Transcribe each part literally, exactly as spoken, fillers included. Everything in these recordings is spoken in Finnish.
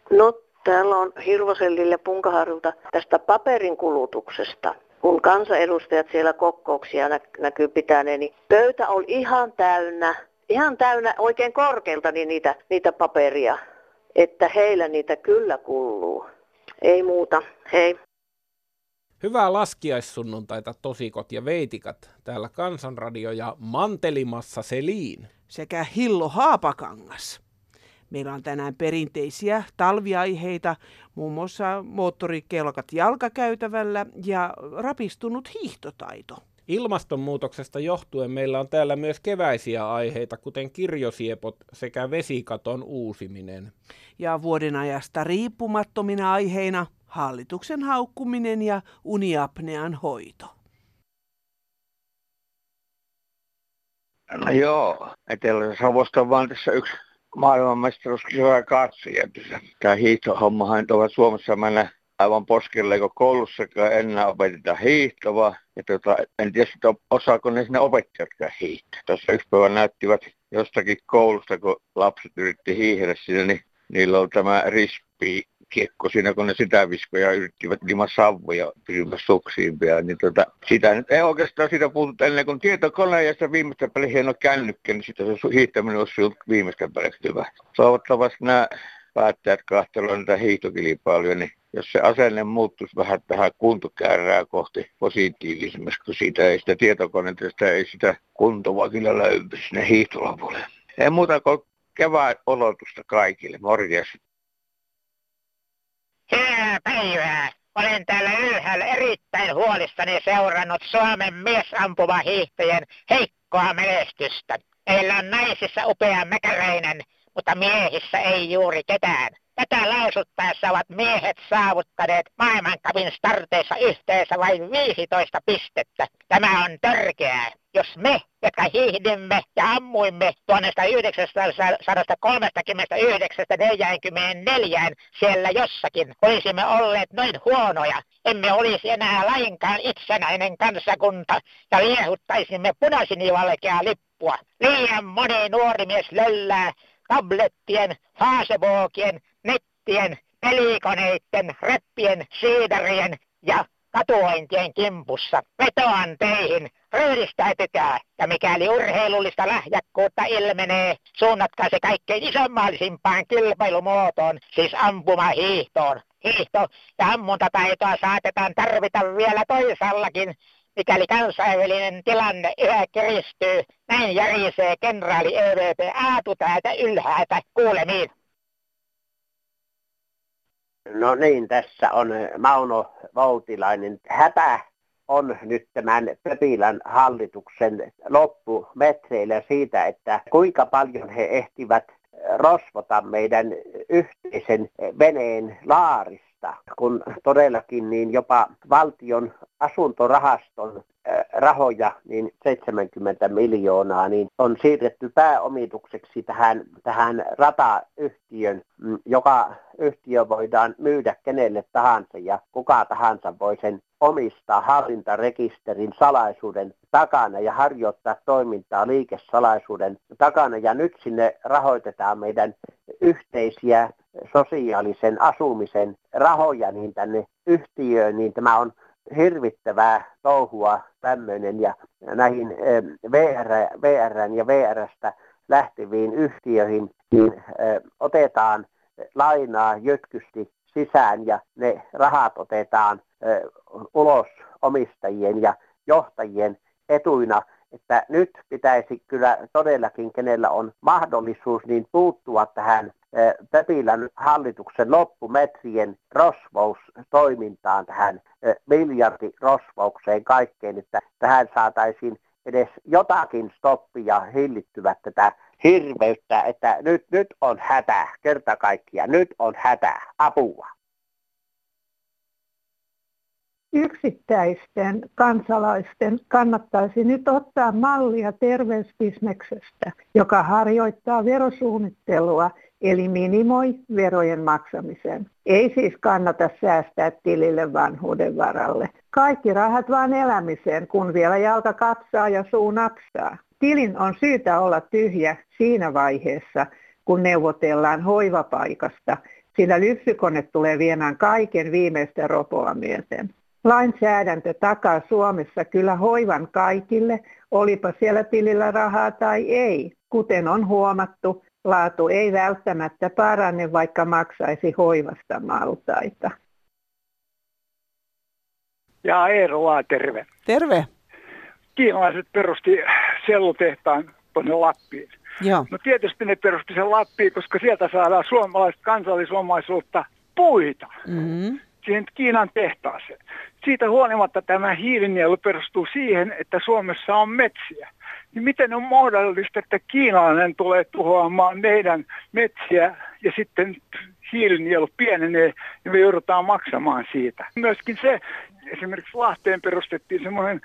No täällä on Hirvosellille ja Punkaharjulta tästä paperin kulutuksesta. Kun kansanedustajat siellä kokouksia nä- näkyy pitäneen, niin pöytä on ihan täynnä, ihan täynnä oikein korkealta niin niitä, niitä paperia, että heillä niitä kyllä kuuluu. Ei muuta, hei. Hyvää laskiaissunnuntaita tosikot ja veitikat. Täällä Kansanradio ja Mantelimassa Selin. Sekä Hillo Haapakangas. Meillä on tänään perinteisiä talviaiheita, muun muassa moottorikelkat jalkakäytävällä ja rapistunut hiihtotaito. Ilmastonmuutoksesta johtuen meillä on täällä myös keväisiä aiheita, kuten kirjosiepot sekä vesikaton uusiminen. Ja vuoden ajasta riippumattomina aiheina hallituksen haukkuminen ja uniapnean hoito. No joo, Etelä-Savosta on vaan tässä yksi maailmanmestaruuskisa katsoja. Tämä hiihtohommahan on Suomessa mennä aivan poskelle, kun koulussakaan enää opeteta hiihtoa. Ja tota, en tiedä, että osaako ne sinne opettajatkaan hiihtää. Tässä yksi päivä näyttivät jostakin koulusta, kun lapset yritti hiihdä siinä, niin niillä on tämä rispi kiekko siinä, kun ne sitä viskoja yrittivät ilman savvoja pysymässä suksiin pian. Niin tota, sitä nyt ei oikeastaan siitä puhuttu ennen kuin tietokone ja sitä viimeistä päälle hieno kännykkä, niin sitä se hiihtäminen olisi ollut viimeistä päälle hyvä. Toivottavasti nämä päättäjät kahtelevat näitä hiihtokilpailuja, niin jos se asenne muuttuisi vähän tähän kuntokäärää kohti positiivisemmaksi, kun siitä ei sitä tietokoneita, sitä ei sitä kuntoa kyllä löydy sinne hiihtolapulle. Ei muuta kuin kevään olotusta kaikille. Morjes. Hyvää päivää. Olen täällä ylhäällä erittäin huolissani seurannut Suomen miesampumahiihtäjien heikkoa menestystä. Meillä on naisissa upea Mäkäräinen, mutta miehissä ei juuri ketään. Tätä lausuttaessa ovat miehet saavuttaneet maailmancupin starteissa yhteensä vain viisitoista pistettä. Tämä on törkeää. Jos me, jotka hiihdimme ja ammuimme tuhatyhdeksänsataakolmekymmentäyhdeksän neljäänkymmeneenneljään siellä jossakin, olisimme olleet noin huonoja. Emme olisi enää lainkaan itsenäinen kansakunta ja liehuttaisimme punaisinivalkea lippua. Liian moni nuori mies löllää tablettien, facebookien, nettien, pelikoneiden, reppien, siidarien ja katuointien kimpussa. Vetoan teihin, ryhdistäytykää, ja mikäli urheilullista lahjakkuutta ilmenee, suunnatkaa se kaikkein isommallisimppaan kilpailumuotoon, siis ampumahiihtoon. Hiihto- ja ammuntataitoa saatetaan tarvita vielä toisaallakin, mikäli kansainvälinen tilanne yhä kiristyy. Näin järisee kenraali E V P Aatu täältä ylhäältä kuulemiin. No niin, tässä on Mauno Voutilainen. Hätä on nyt tämän Pöpilän hallituksen loppumetreillä siitä, että kuinka paljon he ehtivät rosvota meidän yhteisen veneen laarista, kun todellakin niin jopa valtion asuntorahaston rahoja, niin seitsemänkymmentä miljoonaa, niin on siirretty pääomitukseksi tähän, tähän ratayhtiön, joka yhtiö voidaan myydä kenelle tahansa ja kuka tahansa voi sen omistaa hallintarekisterin salaisuuden takana ja harjoittaa toimintaa liikesalaisuuden takana. Ja nyt sinne rahoitetaan meidän yhteisiä sosiaalisen asumisen rahoja niin tänne yhtiöön, niin tämä on hirvittävää touhua tämmöinen ja näihin V R, V R:n ja V R:stä lähteviin yhtiöihin niin ö, otetaan lainaa jytkysti sisään ja ne rahat otetaan ö, ulos omistajien ja johtajien etuina, että nyt pitäisi kyllä todellakin, kenellä on mahdollisuus, niin puuttua tähän Pöpilän hallituksen loppumetrien rosvoustoimintaan, tähän miljardirosvoukseen kaikkeen, että tähän saataisiin edes jotakin stoppia hillittyvä tätä hirveyttä, että nyt, nyt on hätä, kerta kaikkiaan, nyt on hätä, apua. Yksittäisten kansalaisten kannattaisi nyt ottaa mallia terveysbisneksestä, joka harjoittaa verosuunnittelua eli minimoi verojen maksamisen. Ei siis kannata säästää tilille vanhuuden varalle. Kaikki rahat vaan elämiseen, kun vielä jalka kapsaa ja suu napsaa. Tilin on syytä olla tyhjä siinä vaiheessa, kun neuvotellaan hoivapaikasta, sillä lypsykone tulee viemään kaiken viimeistä ropoa myöten. Lainsäädäntö takaa Suomessa kyllä hoivan kaikille, olipa siellä tilillä rahaa tai ei. Kuten on huomattu, laatu ei välttämättä parane, vaikka maksaisi hoivasta maltaita. Ja Eero vaan terve. Terve. Kiinalaiset perusti sellutehtaan tuonne Lappiin. Joo. No tietysti ne perusti sen Lappiin, koska sieltä saadaan suomalaista kansallisomaisuutta puita. Mm-hmm. Siihen Kiinan tehtaaseen. Siitä huolimatta tämä hiilinielu perustuu siihen, että Suomessa on metsiä. Niin miten on mahdollista, että kiinalainen tulee tuhoamaan meidän metsiä ja sitten hiilinielu pienenee ja me joudutaan maksamaan siitä. Myöskin se, esimerkiksi Lahteen perustettiin semmoinen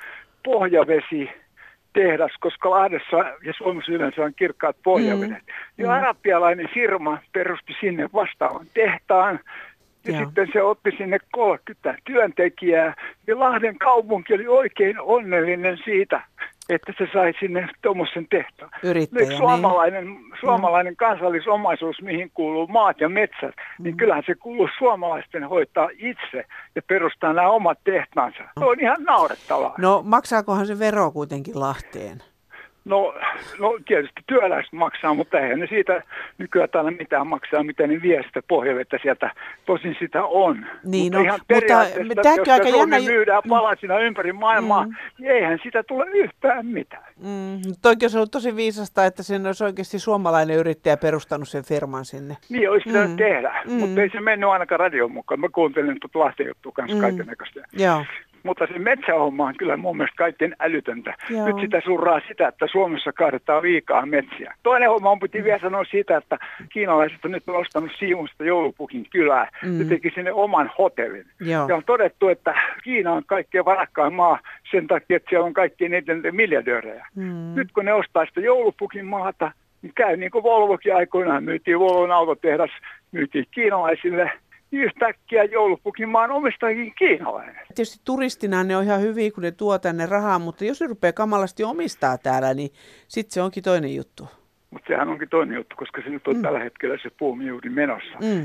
pohjavesitehdas, koska Lahdessa ja Suomessa yleensä on kirkkaat pohjavedet. Mm. Ja arabialainen firma perusti sinne vastaavan tehtaan. Ja Joo. sitten se otti sinne kolmekymmentä työntekijää. Ja Lahden kaupunki oli oikein onnellinen siitä, että se sai sinne tuommoisen tehtaan. Yrittäjä, Nyt suomalainen, niin. suomalainen kansallisomaisuus, mihin kuuluu maat ja metsät, mm. niin kyllähän se kuuluu suomalaisten hoitaa itse ja perustaa nämä omat tehtaansa. Se on ihan naurettavaa. No maksaakohan se vero kuitenkin Lahteen? No, no tietysti työläiset maksaa, mutta eihän ne siitä nykyään täällä mitään maksaa, mitä ne vie sitä pohjavettä sieltä. Tosin sitä on. Niin, mutta no, ihan mutta periaatteessa, jos jännä... ne myydään palasina ympäri maailmaa, mm. niin eihän sitä tule yhtään mitään. Mm. Toikin olisi ollut tosi viisasta, että sen olisi oikeasti suomalainen yrittäjä perustanut sen firman sinne. Niin, olisi pitänyt mm. tehdä, mm. mutta ei se mennyt ainakaan radion mukaan. Mä kuuntelin tuota Lahteen juttua kanssa mm. kaikennäköistä. Joo. Mutta se metsähomma on kyllä mun mielestä kaikkein älytöntä. Joo. Nyt sitä surraa sitä, että Suomessa kaadetaan liikaa metsiä. Toinen homma on piti vielä sanoa siitä, että kiinalaiset on nyt ostanut Siimusta joulupukin kylää mm. ja teki sinne oman hotellin. Joo. Ja on todettu, että Kiina on kaikkein varakkain maa sen takia, että siellä on kaikkein eniten miljardöörejä. Mm. Nyt kun ne ostaa sitä joulupukin maata, niin käy niin kuin Volvokin aikoinaan myytiin, Volvon autotehdas myytiin kiinalaisille. Yhtäkkiä joulupukin maan omistajakin kiinalainen. Tietysti turistina ne on ihan hyviä, kun ne tuo tänne rahaa, mutta jos ne rupeaa kamalasti omistaa täällä, niin sitten se onkin toinen juttu. Mutta sehän onkin toinen juttu, koska se nyt on mm. tällä hetkellä se puumi juuri menossa. Mm.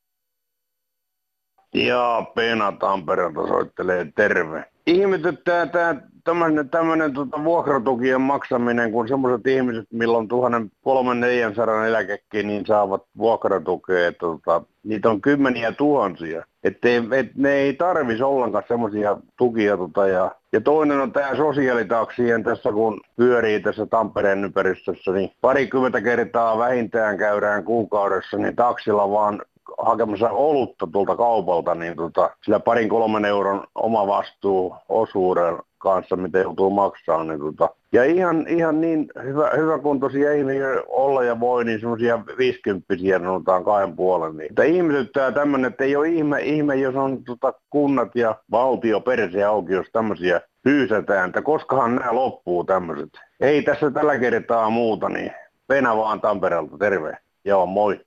Ja Peena Tampereelta soittelee terve. Ihmetyttää tämä tämmöinen, tämmöinen tuota, vuokratukien maksaminen, kun semmoiset ihmiset, milloin tuhannen kolmen neljänsadan eläkekin, niin saavat vuokratukea, että tuota, niitä on kymmeniä tuhansia. Että et, ne ei tarvitsisi ollenkaan semmoisia tukia. Tuota, ja, ja toinen on tämä sosiaalitaksien tässä, kun pyörii tässä Tampereen ympäristössä, niin parikymmentä kertaa vähintään käydään kuukaudessa, niin taksilla vaan hakemassa olutta tuolta kaupalta, niin tota, sillä parin kolmen euron oma vastuu osuuden kanssa, mitä joutuu maksaa. Niin tota. Ja ihan, ihan niin hyvä, hyväkuntoisia ihmisiä olla ja voi, niin semmoisia viisikymppisiä sanotaan kahden puolen. Niin. Että ihmetyttää tämmöinen, että ei ole ihme, ihme jos on tota, kunnat ja valtio perse auki, jos tämmöisiä hyysätään, että koskahan nämä loppuu tämmöiset. Ei tässä tällä kertaa muuta, niin Peena vaan Tampereelta, terve. Joo, moi.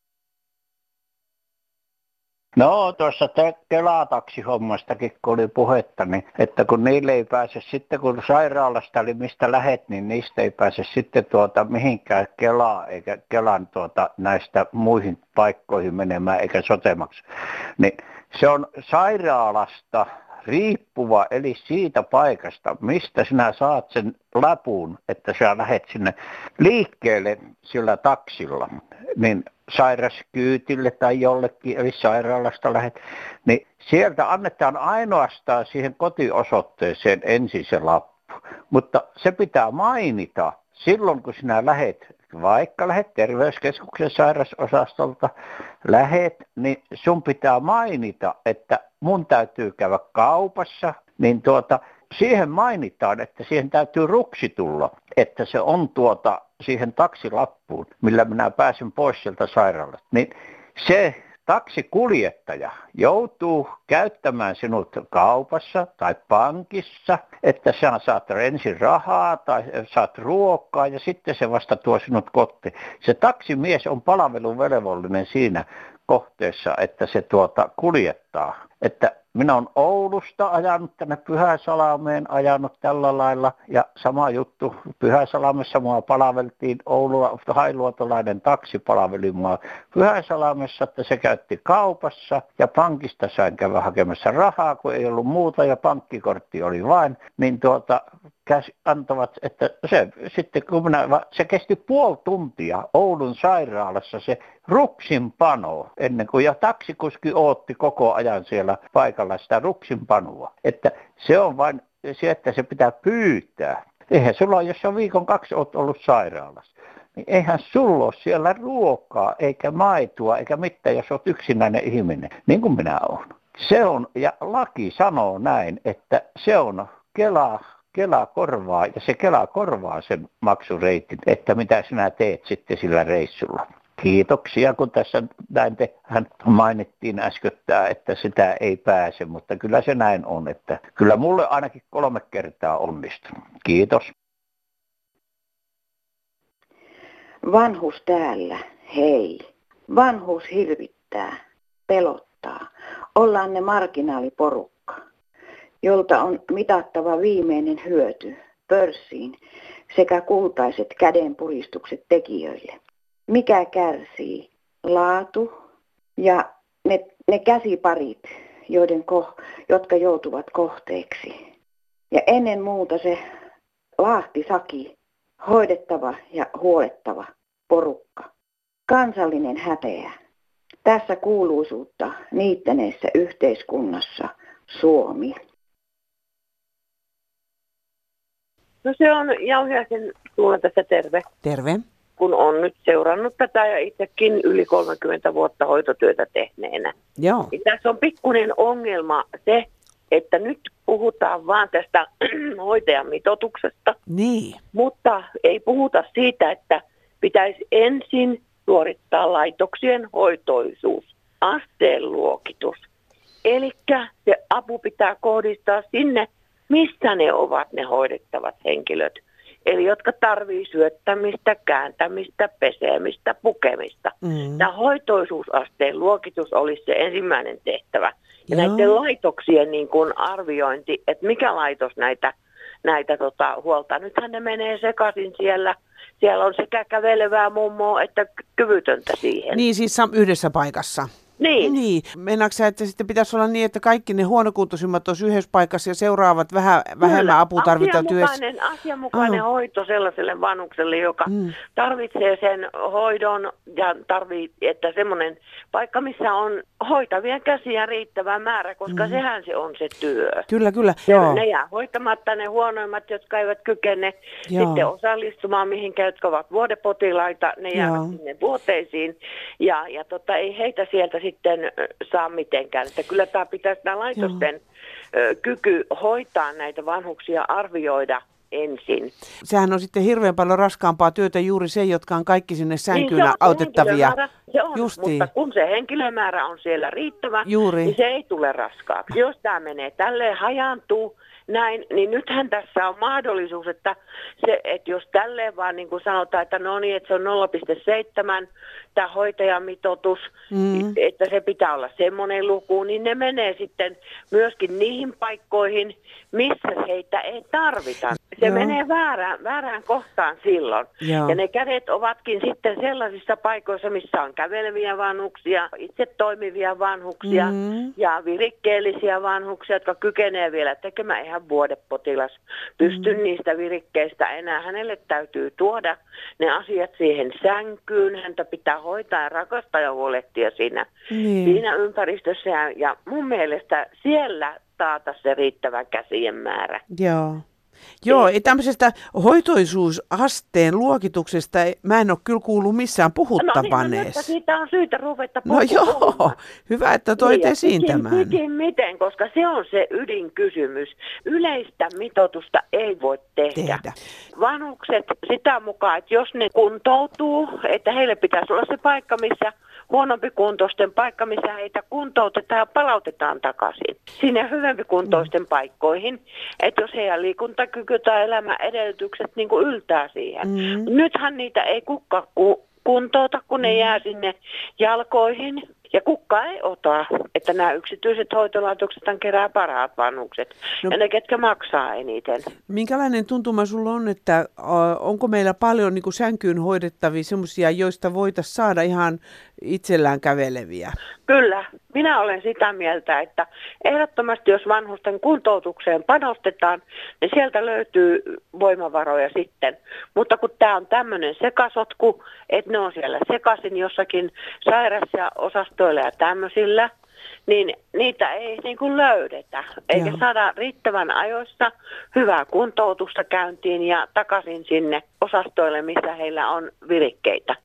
No tuossa Kela-taksihommastakin, kun oli puhetta, niin että kun niille ei pääse sitten, kun sairaalasta eli mistä lähet, niin niistä ei pääse sitten tuota mihinkään Kelaa eikä Kelan tuota näistä muihin paikkoihin menemään eikä sotemaksi. Niin se on sairaalasta riippuva, eli siitä paikasta, mistä sinä saat sen läpun, että sä lähet sinne liikkeelle sillä taksilla, niin sairaskyytille tai jollekin, eli sairaalasta lähet, niin sieltä annetaan ainoastaan siihen kotiosoitteeseen ensin se lappu. Mutta se pitää mainita silloin, kun sinä lähet, vaikka lähet terveyskeskuksen sairausosastolta, lähet, niin sun pitää mainita, että mun täytyy käydä kaupassa, niin tuota, siihen mainitaan, että siihen täytyy ruksi tulla, että se on tuota siihen taksilappuun, millä minä pääsen pois sieltä sairaalasta. Niin se taksikuljettaja joutuu käyttämään sinut kaupassa tai pankissa, että sä saat ensin rahaa tai saat ruokaa ja sitten se vasta tuo sinut kotiin. Se taksimies on palveluvelvollinen siinä kohteessa, että se tuota kuljettaa. Että minä olen Oulusta ajanut tänne Pyhäsalameen, ajanut tällä lailla. Ja sama juttu, Pyhäsalamessa mua palveltiin, Oulua, hailuotolainen taksi palveli mua Pyhäsalamessa, että se käytti kaupassa. Ja pankista sain käydä hakemassa rahaa, kun ei ollut muuta ja pankkikortti oli vain. Niin tuota... Käs, antavat, että se, sitten kun minä, se kesti puoli tuntia Oulun sairaalassa se ruksinpano, ennen kuin ja taksikuski ootti koko ajan siellä paikalla sitä ruksinpanoa. Että se on vain se, että se pitää pyytää. Eihän sulla, jos sä viikon kaksi oot ollut sairaalassa, niin eihän sulla ole siellä ruokaa, eikä maitoa, eikä mitään, jos oot yksinäinen ihminen, niin kuin minä olen. Se on, ja laki sanoo näin, että se on Kela, Kela korvaa, ja se Kela korvaa sen maksureitin, että mitä sinä teet sitten sillä reissulla. Kiitoksia, kun tässä näin tehän mainittiin äskettää, että sitä ei pääse, mutta kyllä se näin on, että kyllä mulle ainakin kolme kertaa onnistunut. Kiitos. Vanhus täällä, hei. Vanhus hirvittää, pelottaa. Ollaan ne marginaaliporukka, jolta on mitattava viimeinen hyöty pörssiin sekä kultaiset kädenpuristukset tekijöille. Mikä kärsii? Laatu ja ne, ne käsiparit, joiden ko, jotka joutuvat kohteeksi. Ja ennen muuta se laahtisaki, hoidettava ja huolettava porukka. Kansallinen häpeä. Tässä kuuluisuutta niittäneessä yhteiskunnassa Suomi. No se on Jauhiaisen Tuula tässä terve. Terve. Kun on nyt seurannut tätä ja itsekin yli kolmekymmentä vuotta hoitotyötä tehneenä. Joo. Niin tässä on pikkuinen ongelma se, että nyt puhutaan vaan tästä hoitajan mitoituksesta. Niin. Mutta ei puhuta siitä, että pitäisi ensin suorittaa laitoksien hoitoisuus, asteen luokitus. Eli se apu pitää kohdistaa sinne, missä ne ovat ne hoidettavat henkilöt. Eli jotka tarvii syöttämistä, kääntämistä, pesemistä, pukemista. Mm. Tämä hoitoisuusasteen luokitus olisi se ensimmäinen tehtävä. Ja Joo. näiden laitoksien niin kuin arviointi, että mikä laitos näitä, näitä tota, huolta. Nythän ne menee sekaisin siellä. Siellä on sekä kävelevää mummoa että kyvytöntä siihen. Niin, siis yhdessä paikassa. Niin. niin. Meinaatko sä, että sitten pitäisi olla niin, että kaikki ne huonokuntoisimmat olisi yhdessä paikassa ja seuraavat vähän vähemmän apua tarvitaan työssä? Asianmukainen oh. hoito sellaiselle vanhukselle, joka mm. tarvitsee sen hoidon ja tarvitsee, että semmoinen paikka, missä on hoitavia käsiä riittävä määrä, koska mm. sehän se on se työ. Kyllä, kyllä. Joo. Ne jää hoitamatta ne huonoimmat, jotka eivät kykene Joo. sitten osallistumaan mihinkään, jotka ovat vuodepotilaita, ne jäävät Joo. sinne vuoteisiin ja, ja tota, ei heitä sieltä sitten saa mitenkään. Että kyllä tämä pitäisi nämä laitosten Joo. kyky hoitaa näitä vanhuksia arvioida ensin. Sehän on sitten hirveän paljon raskaampaa työtä juuri se, jotka on kaikki sinne sänkyyn niin autettavia. Se on, mutta kun se henkilömäärä on siellä riittävä, juuri. niin se ei tule raskaaksi. Jos tämä menee tälleen hajaantuu, näin, niin nythän tässä on mahdollisuus, että, se, että jos tälleen vaan niin kuin sanotaan, että no niin, että se on nolla pilkku seitsemän tämä hoitajamitoitus, mm. että se pitää olla semmoinen luku, niin ne menee sitten myöskin niihin paikkoihin, missä heitä ei tarvita. Se Joo. menee väärään, väärään kohtaan silloin. Joo. Ja ne kädet ovatkin sitten sellaisissa paikoissa, missä on käveleviä vanhuksia, itse toimivia vanhuksia mm. ja virikkeellisiä vanhuksia, jotka kykenevät vielä tekemään ihan vuodepotilas. Pysty mm. niistä virikkeistä enää. Hänelle täytyy tuoda ne asiat siihen sänkyyn. Häntä pitää hoitaa ja rakastaa ja huolehtia siinä, niin. siinä ympäristössä. Ja, ja mun mielestä siellä taata se riittävä käsien määrä. Joo. Joo, ei tämmöisestä hoitoisuusasteen luokituksesta mä en ole kyllä kuullut missään puhuttapaneessa. No niin, siitä on syytä ruveta puhumaan. No joo, hyvä, että toit niin, esiin pikin, tämän. Pikin miten, koska se on se ydinkysymys. Yleistä mitoitusta ei voi tehdä. tehdä. Vanhukset sitä mukaan, että jos ne kuntoutuu, että heille pitäisi olla se paikka, missä huonompikuntoisten paikka, missä heitä kuntoutetaan ja palautetaan takaisin sinne hyvempikuntoisten mm. paikkoihin. Että jos heidän liikuntakyky tai elämän edellytykset niin kuin yltää siihen. Mm. Nythän niitä ei kukaan ku- kuntouta, kun ne jää sinne jalkoihin Ja kukaan ei ota, että nämä yksityiset hoitolaitokset kerää parhaat vanhukset no, ja ne, ketkä maksaa eniten. Minkälainen tuntuma sulla on, että äh, onko meillä paljon niin kuin sänkyyn hoidettavia semmoisia, joista voitaisiin saada ihan itsellään käveleviä? Kyllä. Minä olen sitä mieltä, että ehdottomasti jos vanhusten kuntoutukseen panostetaan, niin sieltä löytyy voimavaroja sitten. Mutta kun tämä on tämmöinen sekasotku, että ne on siellä sekaisin jossakin sairas- ja osastoilla ja tämmöisillä, niin niitä ei niin kuin löydetä. Eikä Joo. saada riittävän ajoissa hyvää kuntoutusta käyntiin ja takaisin sinne osastoille, missä heillä on virikkeitä.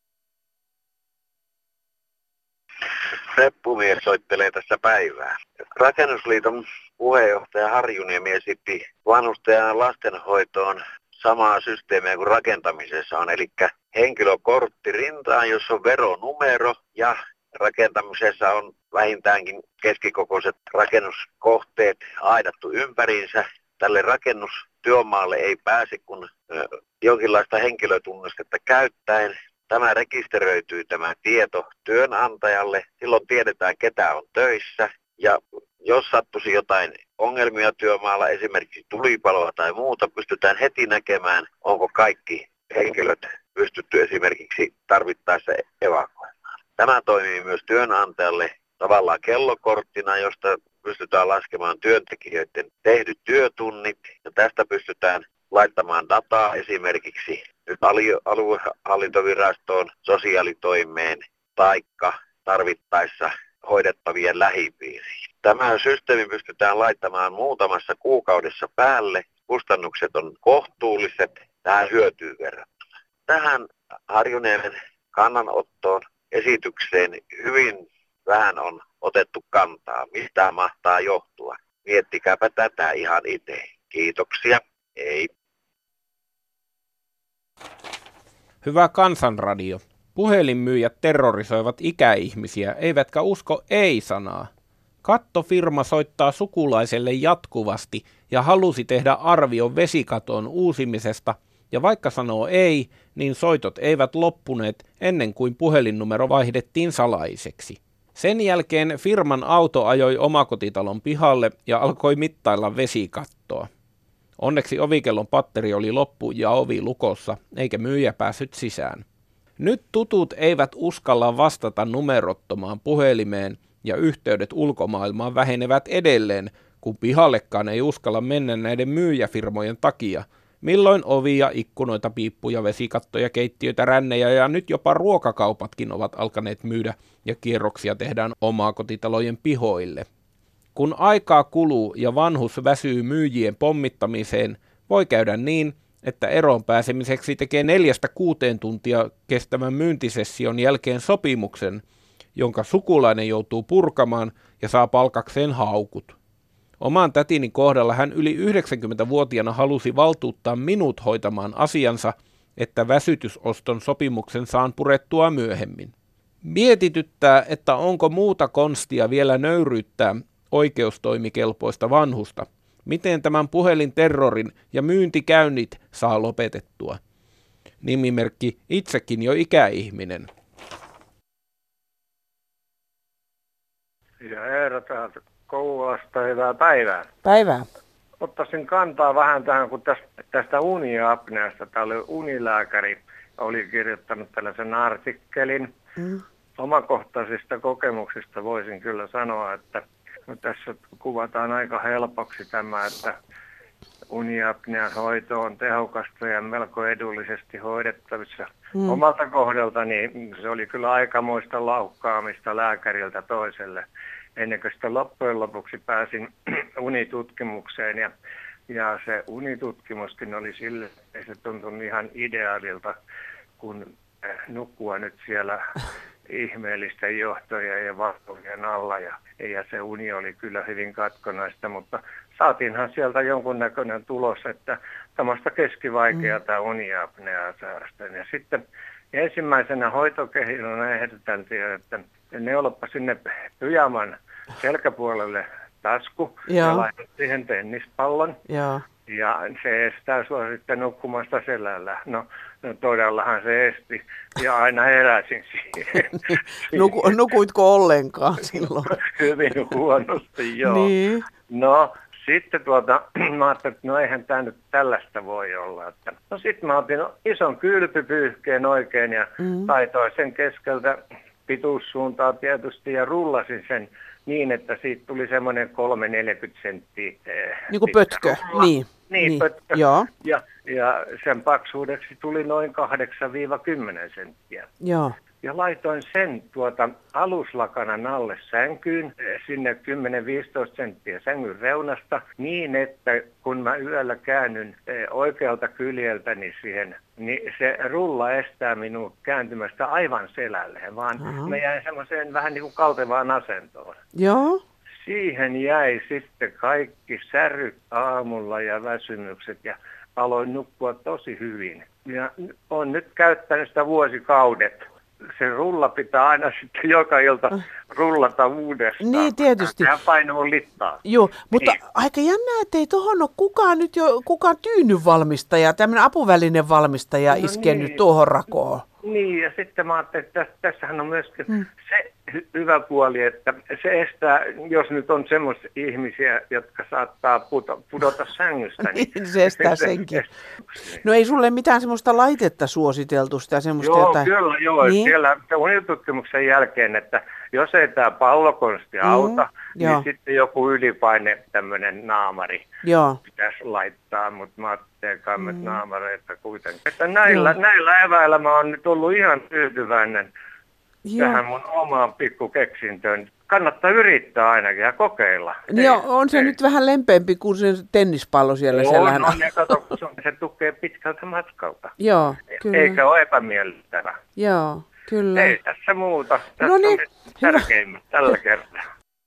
Reppumies soittelee tässä päivää. Rakennusliiton puheenjohtaja Harjuniemi esitti vanhusten ja lastenhoitoon samaa systeemiä kuin rakentamisessa on, eli henkilökortti rintaan, jossa on veronumero ja rakentamisessa on vähintäänkin keskikokoiset rakennuskohteet aidattu ympäriinsä. Tälle rakennustyömaalle ei pääse kun jonkinlaista henkilötunnistetta käyttäen. Tämä rekisteröityy tämä tieto työnantajalle, silloin tiedetään ketä on töissä ja jos sattuisi jotain ongelmia työmaalla, esimerkiksi tulipaloa tai muuta, pystytään heti näkemään, onko kaikki henkilöt pystytty esimerkiksi tarvittaessa evakuoimaan. Tämä toimii myös työnantajalle tavallaan kellokorttina, josta pystytään laskemaan työntekijöiden tehdyt työtunnit ja tästä pystytään laittamaan dataa esimerkiksi nyt aluehallintovirastoon, sosiaalitoimeen taikka tarvittaessa hoidettavien lähipiiriin. Tämä systeemi pystytään laittamaan muutamassa kuukaudessa päälle. Kustannukset on kohtuulliset tähän hyötyyn verrattuna. Tähän Harjuniemen kannanottoon esitykseen hyvin vähän on otettu kantaa. Mistä mahtaa johtua? Miettikääpä tätä ihan itse. Kiitoksia. Ei. Hyvä Kansanradio. Puhelinmyyjät terrorisoivat ikäihmisiä, eivätkä usko ei-sanaa. Kattofirma soittaa sukulaiselle jatkuvasti ja halusi tehdä arvion vesikaton uusimisesta, ja vaikka sanoo ei, niin soitot eivät loppuneet ennen kuin puhelinnumero vaihdettiin salaiseksi. Sen jälkeen firman auto ajoi omakotitalon pihalle ja alkoi mittailla vesikattoa. Onneksi ovikellon patteri oli loppu ja ovi lukossa, eikä myyjä päässyt sisään. Nyt tutut eivät uskalla vastata numerottomaan puhelimeen ja yhteydet ulkomaailmaan vähenevät edelleen, kun pihallekaan ei uskalla mennä näiden myyjäfirmojen takia. Milloin ovia, ikkunoita, piippuja, vesikattoja, keittiöitä, rännejä ja nyt jopa ruokakaupatkin ovat alkaneet myydä ja kierroksia tehdään omakotitalojen pihoille. Kun aikaa kuluu ja vanhus väsyy myyjien pommittamiseen, voi käydä niin, että eroon pääsemiseksi tekee neljästä kuuteen tuntia kestävän myyntisession jälkeen sopimuksen, jonka sukulainen joutuu purkamaan ja saa palkakseen haukut. Oman tätini kohdalla hän yli yhdeksänkymmentävuotiaana halusi valtuuttaa minut hoitamaan asiansa, että väsytysoston sopimuksen saan purettua myöhemmin. Mietityttää, että onko muuta konstia vielä nöyryyttää oikeustoimikelpoista vanhusta. Miten tämän puhelinterrorin ja myyntikäynnit saa lopetettua? Nimimerkki itsekin jo ikäihminen. Ja Eero täältä Kouvolasta, hyvää päivää. Päivää. Ottaisin kantaa vähän tähän, kun tästä, tästä uniapneasta. Täällä oli unilääkäri, oli kirjoittanut tällaisen artikkelin. Mm. Omakohtaisista kokemuksista voisin kyllä sanoa, että no tässä kuvataan aika helpoksi tämä, että uniapnean hoito on tehokasta ja melko edullisesti hoidettavissa. Mm. Omalta kohdaltani se oli kyllä aikamoista laukkaamista lääkäriltä toiselle. Ennen kuin sitten loppujen lopuksi pääsin unitutkimukseen ja, ja se unitutkimuskin oli sille, että se tuntui ihan ideaalilta, kun nukkua nyt siellä ihmeellisten johtojen ja valvojien alla ja, ja se uni oli kyllä hyvin katkonaista, mutta saatiinhan sieltä jonkunnäköinen tulos, että tämmöistä keskivaikeata uniapneaa säästän. Ja sitten ensimmäisenä hoitokeinona ehdoteltiin, että neuloppa sinne pyjaman selkäpuolelle tasku ja, ja laitat siihen tennispallon. Ja. ja se estää sua sitten nukkumasta selällä. No no todellahan se esti ja aina heräsin siihen. Nuku, nukuitko ollenkaan silloin? Hyvin huonosti, joo. Niin. No sitten tuota, mä ajattelin, että no eihän tämä nyt tällaista voi olla. Että, no sitten mä otin ison kylpypyyhkeen oikein ja mm. laitoin sen keskeltä pituussuuntaa tietysti ja rullasin sen niin, että siitä tuli semmoinen kolme neljäkymmentä senttiä. Niin kuin pötkö, niin. Niin, niin. pötkö. Joo. Ja, ja sen paksuudeksi tuli noin kahdeksan kymmenen senttiä. Joo. Ja laitoin sen tuota aluslakanan alle sänkyyn, sinne kymmenen viisitoista senttiä sängyn reunasta, niin että kun mä yöllä käännyn oikealta kyljeltäni siihen, niin se rulla estää minua kääntymästä aivan selälleen, vaan Aha. mä jäin semmoiseen vähän niin kuin kaltevaan asentoon. Joo. Siihen jäi sitten kaikki säryt aamulla ja väsymykset ja aloin nukkua tosi hyvin. Ja olen nyt käyttänyt sitä vuosikaudet. Se rulla pitää aina sitten joka ilta rullata uudestaan. Niin, tietysti. Sehän painuu littaa. Joo, mutta niin. Aika jännää, että ei tuohon ole kukaan nyt jo, kukaan tyynynvalmistaja, tämmöinen apuvälinen valmistaja no iskenyt niin. tuohon rakoon. Niin, ja sitten mä ajattelin, että tässä, tässähän on myöskin hmm. se hy- hyvä puoli, että se estää, jos nyt on semmoisia ihmisiä, jotka saattaa puto, pudota sängystä. niin, niin se estää senkin. No ei sulle mitään semmoista laitetta suositeltu sitä semmoista joo, jotain? Kyllä, joo. Niin? Siellä unitutkimuksen jälkeen, että jos ei tämä pallokonsti auta, mm, niin joo. sitten joku ylipaine, tämmöinen naamari joo. pitäisi laittaa, mutta mä ajattelin kammet mm. naamareita kuitenkin. Että näillä, näillä eväillä mä oon nyt ollut ihan tyytyväinen joo. tähän mun omaan pikkukeksintöön. Kannattaa yrittää ainakin ja kokeilla. Niin on, on se ei. Nyt vähän lempeämpi kuin se tennispallo siellä Joo, selän. No, ja kato, se tukee pitkältä matkalta. Joo, kyllä. Eikä ole epämiellyttävä. Joo, kyllä. Ei tässä muuta. Tässä no niin, on tärkeimmät tällä kertaa.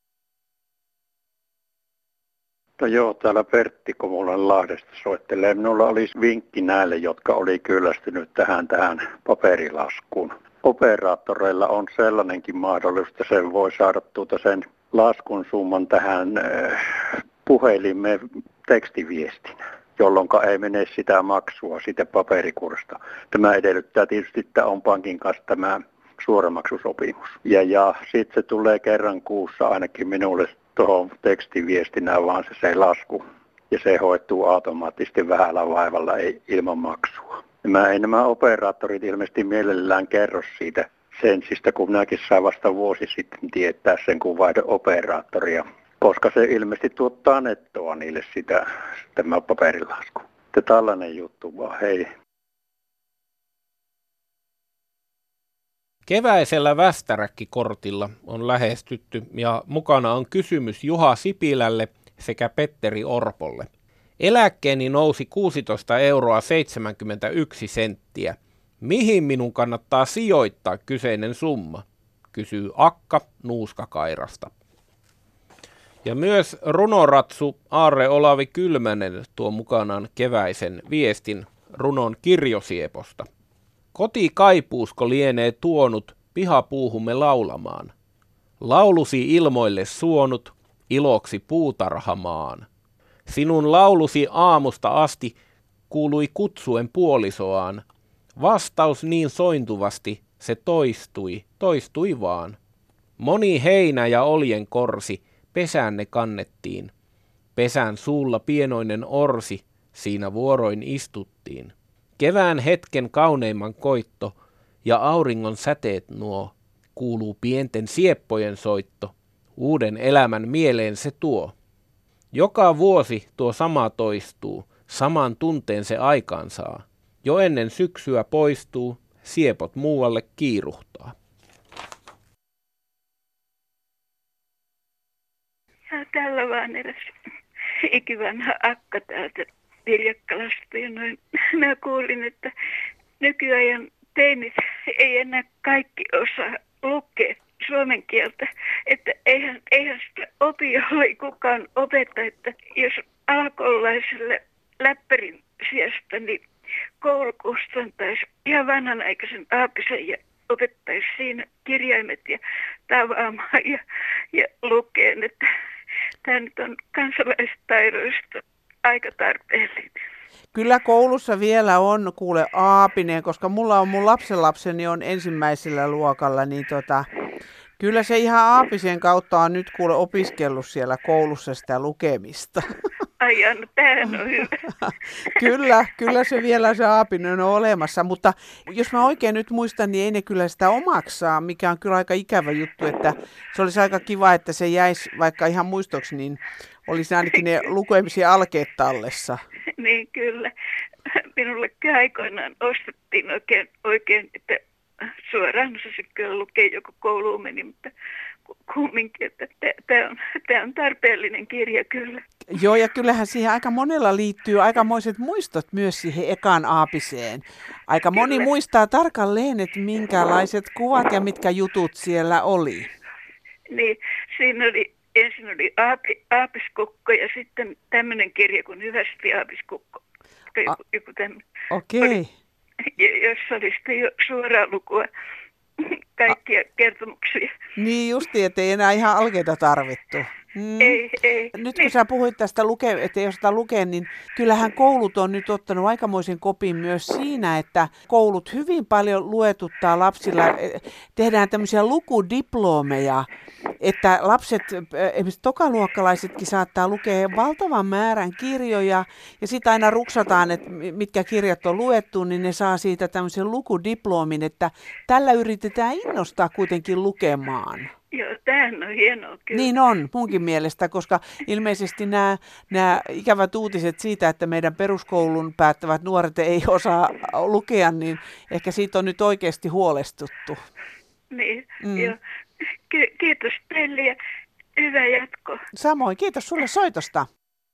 No joo, täällä Pertti Komulan Lahdesta soittelee. Minulla olisi vinkki näille, jotka oli kyllästynyt tähän, tähän paperilaskuun. Operaattoreilla on sellainenkin mahdollisuus, että sen voi saada tuota sen laskun summan tähän äh, puhelimeen tekstiviestinä, jolloin ei mene sitä maksua siitä paperikursta. Tämä edellyttää tietysti, että on pankin kanssa tämä suoramaksusopimus. Ja, ja sitten se tulee kerran kuussa ainakin minulle tuohon tekstiviestinään, vaan se, se lasku. Ja se hoituu automaattisesti vähällä vaivalla, ei ilman maksua. Nämä, ei nämä operaattorit ilmeisesti mielellään kerro siitä sensistä, kun minäkin sain vasta vuosi sitten tietää sen, kun vaihdoin operaattoria. Koska se ilmeisesti tuottaa nettoa niille sitä, tämä paperilasku. Että tällainen juttu vaan, hei. Keväisellä Västäräkki-kortilla on lähestytty ja mukana on kysymys Juha Sipilälle sekä Petteri Orpolle. Eläkkeeni nousi kuusitoista euroa seitsemänkymmentäyksi senttiä. Mihin minun kannattaa sijoittaa kyseinen summa? Kysyy Akka Nuuskakairasta. Ja myös runoratsu Aarre Olavi Kylmänen tuo mukanaan keväisen viestin runon Kirjosieposta. Kotikaipuusko lienee tuonut pihapuuhumme laulamaan. Laulusi ilmoille suonut, iloksi puutarhamaan. Sinun laulusi aamusta asti kuului kutsuen puolisoaan. Vastaus niin sointuvasti se toistui, toistui vaan. Moni heinä ja oljen korsi, pesään ne kannettiin. Pesän suulla pienoinen orsi, siinä vuoroin istuttiin. Kevään hetken kauneimman koitto ja auringon säteet nuo, kuuluu pienten sieppojen soitto, uuden elämän mieleen se tuo. Joka vuosi tuo sama toistuu, saman tunteen se aikaansaa. Jo ennen syksyä poistuu, siepot muualle kiiruhtaa. Ja tällä vaan edes ikivanha akka täältä Viljakkalasta. Ja noin, mä kuulin, että nykyajan teinit ei enää kaikki osaa lukea suomen kieltä. Että eihän, eihän sitä opi, jolle kukaan opeta, että jos alkoholaiselle läppärin sijasta, niin koulu kustantaisi ihan vanhanaikaisen aapisen ja opettaisi siinä kirjaimet ja tavaamaan ja, ja lukeen. Että tämä nyt on kansalaistaidoista aika tarpeellinen. Kyllä koulussa vielä on, kuule, aapinen, koska mulla on mun lapsenlapseni on ensimmäisellä luokalla, niin tota, kyllä se ihan aapisen kautta on nyt kuule opiskellut siellä koulussa sitä lukemista. Ai, no tämähän on hyvä. Kyllä, kyllä se vielä se aapinen on olemassa, mutta jos mä oikein nyt muistan, niin ei ne kyllä sitä omaksaa, mikä on kyllä aika ikävä juttu, että se olisi aika kiva, että se jäisi vaikka ihan muistoksi, niin olisi ainakin ne lukemisen alkeet tallessa. Niin kyllä. Minullekin aikoinaan ostettiin oikein, oikein että suoraan osasin kyllä lukea, joku kouluun meni, mutta kumminkin, että tämä on, tämä on tarpeellinen kirja kyllä. Joo, ja kyllähän siihen aika monella liittyy aikamoiset muistot myös siihen ekaan aapiseen. Aika kyllä. Moni muistaa tarkalleen, että minkälaiset kuvat ja mitkä jutut siellä oli. Niin, siinä oli, ensin oli aapi, aapiskukko ja sitten tämmöinen kirja kuin Hyvästi aapiskukko. Joku, joku Okei. Okay. Jossa oli sitten jo suoraa lukua, kaikkia A- kertomuksia. Niin justi, ettei enää ihan alkeita tarvittu. Mm. Ei, ei. Nyt kun niin. Sä puhuit tästä, luke- että ei osata lukea, niin kyllähän koulut on nyt ottanut aikamoisen kopin myös siinä, että koulut hyvin paljon luetuttaa lapsilla, tehdään tämmöisiä lukudiplomeja, että lapset, esimerkiksi tokaluokkalaisetkin saattaa lukea valtavan määrän kirjoja ja sitten aina ruksataan, että mitkä kirjat on luettu, niin ne saa siitä tämmöisen lukudiplomin, että tällä yritetään innostaa kuitenkin lukemaan. Joo, tämähän on hienoa kyllä. Niin on, munkin mielestä, koska ilmeisesti nämä, nämä ikävät uutiset siitä, että meidän peruskoulun päättävät nuoret ei osaa lukea, niin ehkä siitä on nyt oikeasti huolestuttu. Niin, mm. joo. Ki- kiitos teille ja hyvää jatkoa. Samoin, kiitos sulle soitosta.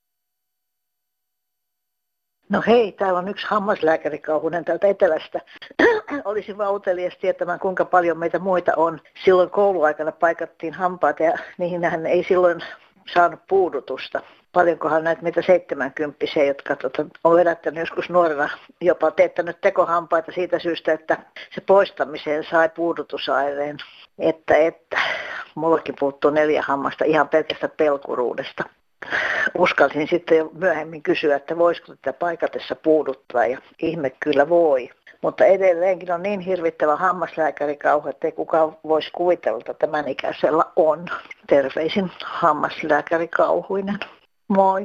No hei, täällä on yksi hammaslääkäri Kauhunen täältä etelästä. Olisin vaan utelias tietämään, kuinka paljon meitä muita on. Silloin kouluaikana paikattiin hampaat ja niihin ei silloin saanut puudutusta. Paljonkohan näitä meitä seitsemänkymppisiä, jotka tota, on vedättänyt joskus nuorena jopa teettänyt tekohampaita siitä syystä, että se poistamiseen sai puudutusaireen. Että, että mullakin puuttuu neljä hammasta ihan pelkästä pelkuruudesta. Uskalsin sitten jo myöhemmin kysyä, että voisiko tätä paikatessa puuduttaa ja ihme kyllä voi. Mutta edelleenkin on niin hirvittävä hammaslääkärikauhu, että ei kukaan voisi kuvitella, että tämän ikäisellä on. Terveisin hammaslääkärikauhuinen. Moi.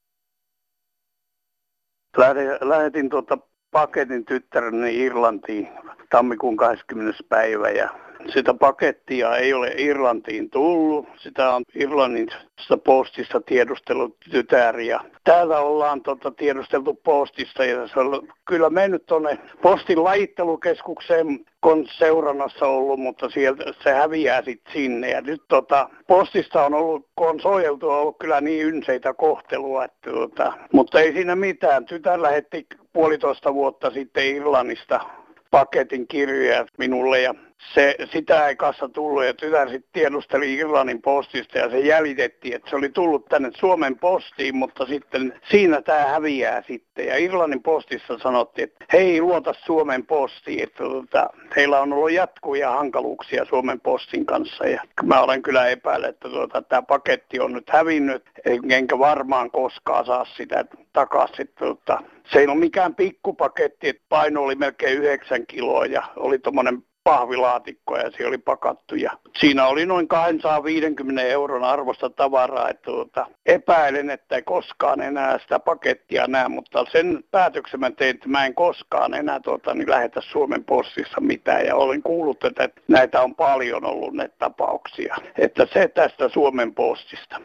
Lähetin tuota paketin tyttäreni Irlantiin tammikuun kahdeskymmenes päivä ja sitä pakettia ei ole Irlantiin tullut. Sitä on Irlannista postista tiedustellut tytär ja täällä ollaan tota tiedusteltu postista ja se on kyllä mennyt tuonne postin lajittelukeskukseen, kun seurannassa ollut, mutta sieltä se häviää sitten sinne. Ja nyt tota, postista on ollut, kun on sojeltu, on ollut kyllä niin ynseitä kohtelua, että tota, mutta ei siinä mitään. Tytär lähetti puolitoista vuotta sitten Irlannista paketin kirjoja minulle ja se, sitä ei kanssa tullut ja tytär sitten tiedusteli Irlannin postista ja se jäljitettiin, että se oli tullut tänne Suomen postiin, mutta sitten siinä tämä häviää sitten. Ja Irlannin postissa sanottiin, että hei, luota Suomen postiin, että tuota, heillä on ollut jatkuvia hankaluuksia Suomen postin kanssa. Ja mä olen kyllä epäillyt, että tuota, tämä paketti on nyt hävinnyt, enkä varmaan koskaan saa sitä takaisin. Tuota, se ei ole mikään pikkupaketti, että paino oli melkein yhdeksän kiloa ja oli tommonen pahvilaatikko ja se oli pakattu ja siinä oli noin kaksisataaviisikymmentä euron arvosta tavaraa, että tuota, epäilen, että ei koskaan enää sitä pakettia näe, mutta sen päätöksen mä tein, että mä en koskaan enää tuota, niin lähetä Suomen postissa mitään ja olen kuullut, että näitä on paljon ollut näitä tapauksia, että se tästä Suomen postista.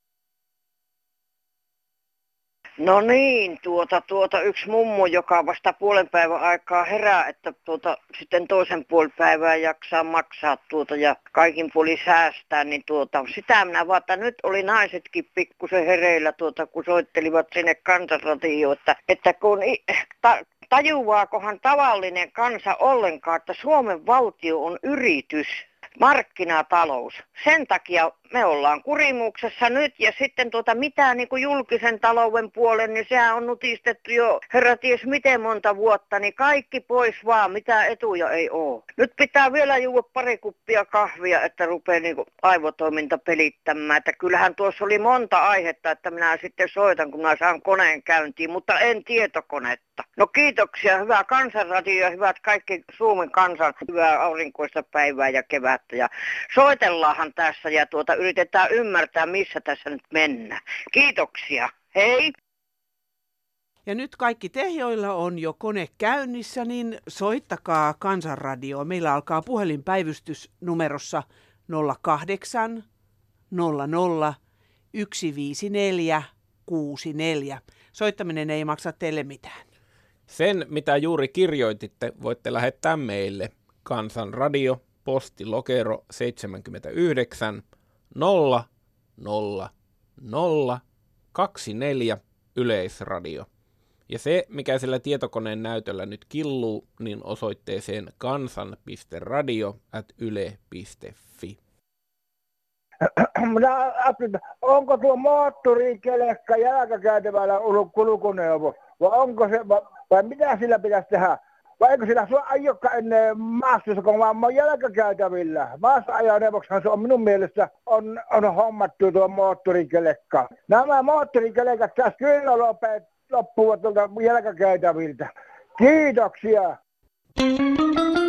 No niin, tuota, tuota yksi mummu, joka vasta puolen päivän aikaa herää, että tuota, sitten toisen puolen päivää jaksaa maksaa tuota ja kaikin puolin säästää, niin tuota, sitä minä vaan, että nyt oli naisetkin pikkusen hereillä, tuota, kun soittelivat sinne Kansanradioon, että, että kun ta, tajuaakohan tavallinen kansa ollenkaan, että Suomen valtio on yritys, markkinatalous. Sen takia me ollaan kurimuksessa nyt ja sitten tuota mitä niin kuin julkisen talouden puolen, niin sehän on nutistettu jo herra ties miten monta vuotta, niin kaikki pois vaan, mitä etuja ei ole. Nyt pitää vielä juoda pari kuppia kahvia, että rupeaa niin kuin aivotoiminta pelittämään, että kyllähän tuossa oli monta aihetta, että minä sitten soitan, kun minä saan koneen käyntiin, mutta en tietokonetta. No kiitoksia, hyvää Kansanradio ja hyvät kaikki Suomen kansan, hyvää aurinkoista päivää ja kevättä ja soitellaanhan tässä ja tuota yritetään ymmärtää, missä tässä nyt mennään. Kiitoksia, hei! Ja nyt kaikki te, joilla on jo kone käynnissä, niin soittakaa Kansanradioon. Meillä alkaa puhelinpäivystys numerossa nolla kahdeksan nolla nolla yksi viisi neljä kuusi neljä. Soittaminen ei maksa teille mitään. Sen, mitä juuri kirjoititte, voitte lähettää meille. Kansanradio, postilokero seitsemänkymmentäyhdeksän nolla nolla nolla kaksikymmentäneljä Yleisradio. Ja se, mikä sillä tietokoneen näytöllä nyt killuu, niin osoitteeseen kansan.radio at yle piste fi. Onko tuo moottorikelekka jalkakäytävällä ollut kulkuneuvo? Vai onko se, vai mitä sillä pitäisi tehdä? Vai eikö sillä sua ajokka ennen maastossa, kun mä oon jalkakäytävillä? Maassa ajoneuvoksihan se on minun mielestä on, on hommattu tuo moottorikelekka. Nämä moottorikelekat tässä kyllä loppuvat tuolta jalkakäytäviltä. Kiitoksia!